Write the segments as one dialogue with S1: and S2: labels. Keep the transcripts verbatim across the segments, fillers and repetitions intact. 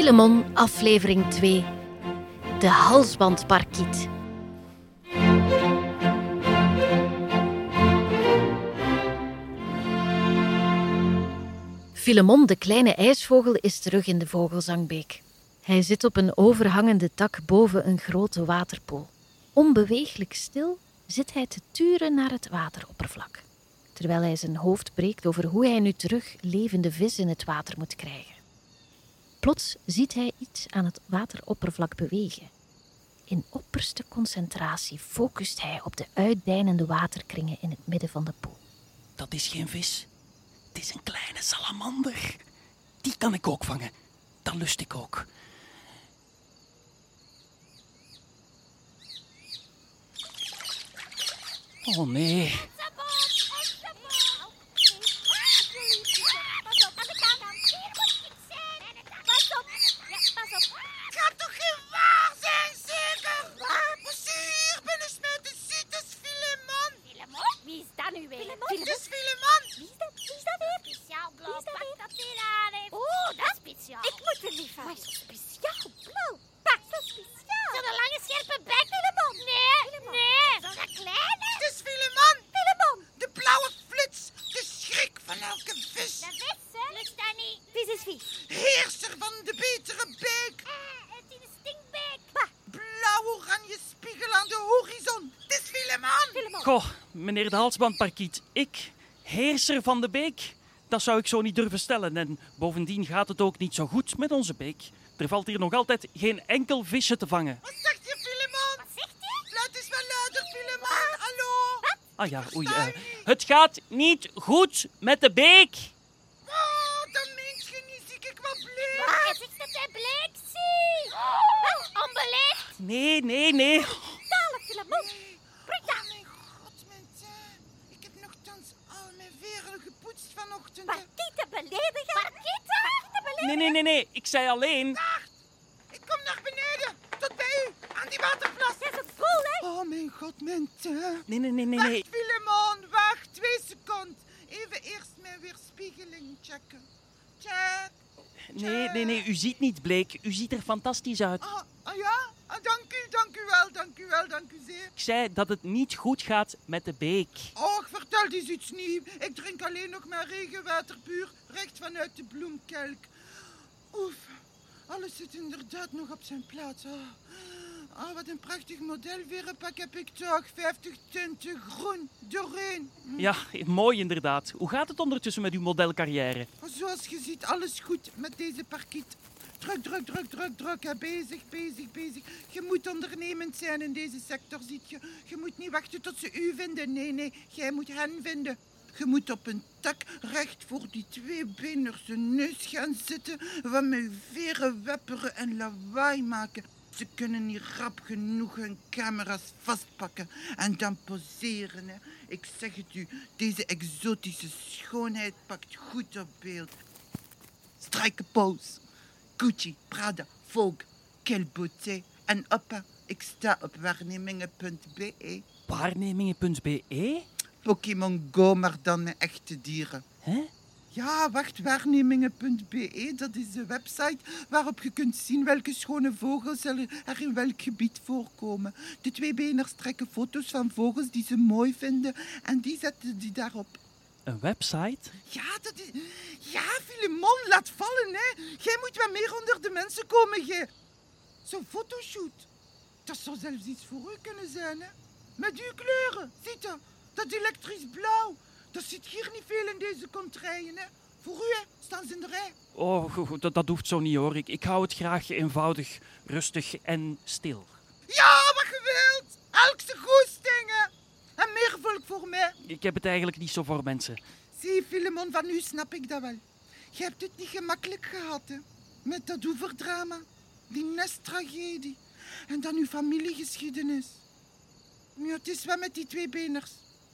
S1: Filemon, aflevering twee. De halsbandparkiet. Filemon, de kleine ijsvogel, is terug in de vogelzangbeek. Hij zit op een overhangende tak boven een grote waterpoel. Onbeweeglijk stil zit hij te turen naar het wateroppervlak, terwijl hij zijn hoofd breekt over hoe hij nu terug levende vis in het water moet krijgen. Plots ziet hij iets aan het wateroppervlak bewegen. In opperste concentratie focust hij op de uitdijnende waterkringen in het midden van de poel.
S2: Dat is geen vis. Het is een kleine salamander. Die kan ik ook vangen. Dat lust ik ook. Oh nee.
S3: Heerser van de betere beek.
S4: Eh, het is een stinkbeek.
S3: Blauw-oranje spiegel aan de horizon. Het is Filemon.
S2: Goh, meneer de halsbandparkiet. Ik, heerser van de beek? Dat zou ik zo niet durven stellen. En bovendien gaat het ook niet zo goed met onze beek. Er valt hier nog altijd geen enkel visje te vangen.
S3: Wat zegt je, Filemon?
S4: Wat zegt hij?
S3: Fluit eens wel luider, Filemon. Hallo?
S4: Wat?
S2: Ah ja, oei.
S3: Versta
S2: Uh,
S3: je niet?
S2: het gaat niet goed met de beek.
S3: Oh, dan meent je niet, zie ik wel bleek.
S4: Hij zegt dat hij bleek ziet. Wat? Onbeleefd.
S2: Nee, nee, nee.
S4: Dadelijk, Filemon. Breng
S3: Oh,
S4: dat.
S3: mijn god, mensen. Ik heb nogthans al mijn veren gepoetst vanochtend.
S4: Parkiet te beledigen. Parkiet te beledigen.
S2: Nee, nee, nee, nee. Ik zei alleen...
S3: Wacht. Ik kom naar beneden. Tot bij u. Aan die waterplas.
S4: Jij zit vol, hè?
S3: Oh, mijn god, mensen.
S2: Nee, nee, nee, nee,
S3: Wacht,
S2: nee.
S3: Filemon, wacht, twee seconden. Even eerst mijn weerspiegeling checken. Check.
S2: Nee, nee, nee. U ziet niet bleek. U ziet er fantastisch uit.
S3: Ah, ah ja? Ah, dank u, dank u wel, dank u wel, dank u zeer.
S2: Ik zei dat het niet goed gaat met de beek.
S3: Och, vertel eens iets nieuws. Ik drink alleen nog maar regenwater puur, recht vanuit de bloemkelk. Oef, alles zit inderdaad nog op zijn plaats. Oh. Oh, wat een prachtig modelverenpak heb ik toch. vijftig tinten groen, doorheen.
S2: Ja, mooi inderdaad. Hoe gaat het ondertussen met uw modelcarrière?
S3: Zoals je ziet, alles goed met deze parkiet. Druk, druk, druk, druk, druk. Hè. Bezig, bezig, bezig. Je moet ondernemend zijn in deze sector, ziet je. Je moet niet wachten tot ze u vinden. Nee, nee, jij moet hen vinden. Je moet op een tak recht voor die tweebeners zijn neus gaan zitten, van met veren wepperen en lawaai maken. Ze kunnen niet rap genoeg hun camera's vastpakken en dan poseren. Hè. Ik zeg het u, deze exotische schoonheid pakt goed op beeld. Strijkenpose, Gucci, Prada, Vogue, quelle beauté. En oppa, ik sta op waarnemingen punt be.
S2: Waarnemingen punt be?
S3: Pokémon Go, maar dan met echte dieren.
S2: Hè?
S3: Ja, wacht, waarnemingen punt be, dat is de website waarop je kunt zien welke schone vogels er in welk gebied voorkomen. De tweebeners trekken foto's van vogels die ze mooi vinden en die zetten die daarop.
S2: Een website?
S3: Ja, dat is... Ja, Filemon, laat vallen, hè. Jij moet wat meer onder de mensen komen, jij. Zo'n fotoshoot, dat zou zelfs iets voor u kunnen zijn, hè. Met uw kleuren, ziet je, dat elektrisch blauw. Dat zit hier niet veel in deze contraien, hè. Voor u, hè, staan ze in de rij.
S2: Oh, go- go- dat, dat hoeft zo niet hoor. Ik, ik hou het graag eenvoudig, rustig en stil.
S3: Ja, wat je wilt. Elkse goestingen. En meer volk voor mij.
S2: Ik heb het eigenlijk niet zo voor mensen.
S3: Zie, Filemon, van u snap ik dat wel. Je hebt het niet gemakkelijk gehad, hè. Met dat oeverdrama. Die nesttragedie. En dan uw familiegeschiedenis. Ja, het is wel met die twee beners.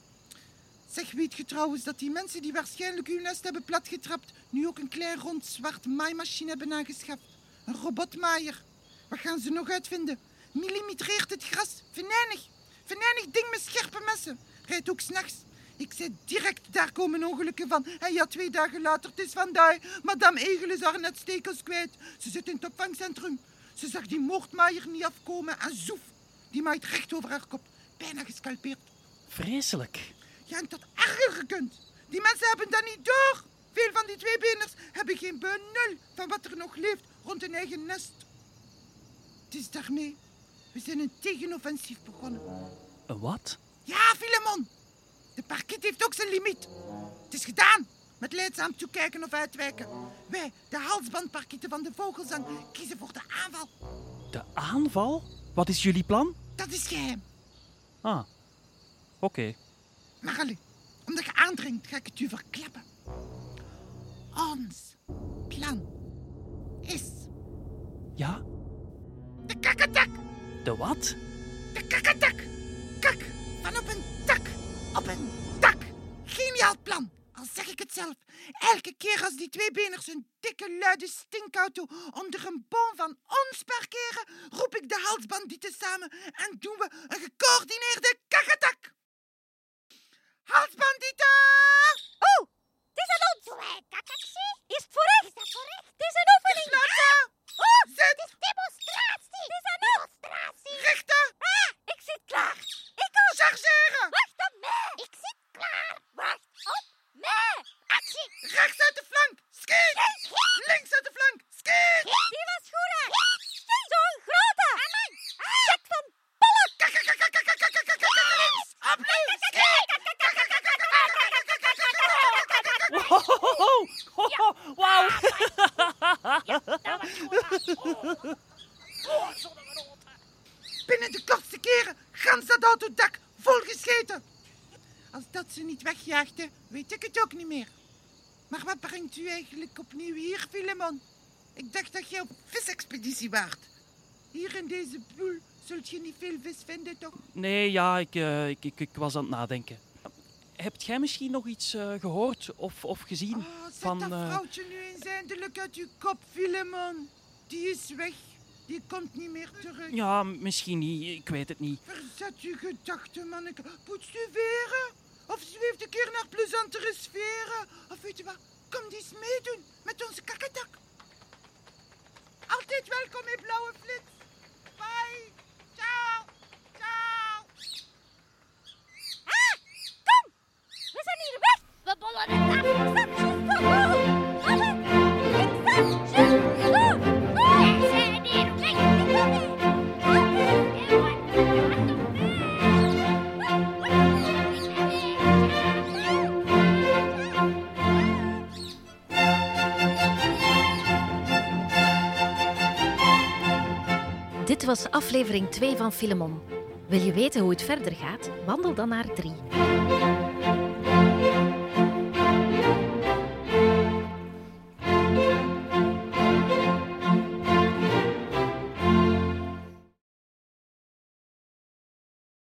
S3: Zeg, weet je trouwens dat die mensen die waarschijnlijk uw nest hebben platgetrapt, nu ook een klein rond zwart maaimachine hebben aangeschaft? Een robotmaaier. Wat gaan ze nog uitvinden? Millimetreert het gras. Venijnig. Venijnig ding met scherpe messen. Rijdt ook s'nachts. Ik zei direct, daar komen ongelukken van. En ja, twee dagen later, het is vandaag. Madame Egel is haar net stekels kwijt. Ze zit in het opvangcentrum. Ze zag die moordmaaier niet afkomen en zoef. Die maait recht over haar kop. Bijna gescalpeerd.
S2: Vreselijk.
S3: Ja, en tot erger gekund. Die mensen hebben dat niet door. Veel van die tweebeners hebben geen benul van wat er nog leeft rond hun eigen nest. Het is daarmee. We zijn een tegenoffensief begonnen.
S2: Een wat?
S3: Ja, Filemon. De parkiet heeft ook zijn limiet. Het is gedaan. Met leidzaam toekijken of uitwijken. Wij, de halsbandparkieten van de vogelzang, kiezen voor de aanval.
S2: De aanval? Wat is jullie plan?
S3: Dat is geheim.
S2: Ah, oké. Okay.
S3: Maar allee, omdat je aandringt, ga ik het u verklappen. Ons plan is...
S2: Ja?
S3: De kakketak.
S2: De wat?
S3: De kakketak. Kak van op een tak. Op een tak. Geniaal plan. Al zeg ik het zelf. Elke keer als die tweebeners een dikke, luide stinkauto onder een boom van ons parkeren, roep ik de halsbandieten samen en doen we een gecoördineerde kakketak. Halsbandieten!
S4: Oh, het is aan ons. Is het voor echt? Is dat voor echt? Het is een oefening.
S3: Gesloten!
S4: Oh,
S3: Zit!
S4: het is demonstratie. Het is aan ons. Demonstratie.
S3: Richten!
S4: Ah, ik zit klaar. Ik ook.
S3: Chargeren!
S4: Wacht op mij. Ik zit klaar. Wacht op mij. Actie.
S3: Rechts uit de flank! Schiet! Links uit de flank! Schiet!
S4: Die was goed, hè. Zo'n grote. Check van Pollock.
S3: Links! Opnieuw! Schiet!
S2: Wow! Wauw!
S3: Binnen de kortste keren, gans dat autodak volgescheten. Als dat ze niet wegjaagde, weet ik het ook niet meer. Maar wat brengt u eigenlijk opnieuw hier, Filemon? Ik dacht dat je op visexpeditie waart. Hier in deze boel zult je niet veel vis vinden, toch?
S2: Nee, ja, ik, uh, ik, ik, ik was aan het nadenken. Hebt jij misschien nog iets uh, gehoord of, of gezien
S3: Oh, zet
S2: van...
S3: dat
S2: Uh...
S3: vrouwtje nu eens eindelijk uit uw kop, Filemon. Die is weg. Die komt niet meer terug.
S2: Ja, misschien niet. Ik weet het niet.
S3: Verzet uw gedachten, manneke. Poetst u veren? Of zweeft een keer naar plezantere sferen? Of weet je wat? Kom die eens meedoen met onze kakketak. Altijd welkom in Blauwe Flits. Bye. Ciao. Ciao.
S4: Ah, kom. We zijn hier weg. We bollen het af. Ik sta juist zo goed. Alle. Ik sta juist zo goed. We zijn hier weg. Ik kom mee.
S1: Dit was aflevering twee van Filemon. Wil je weten hoe het verder gaat? Wandel dan naar drie.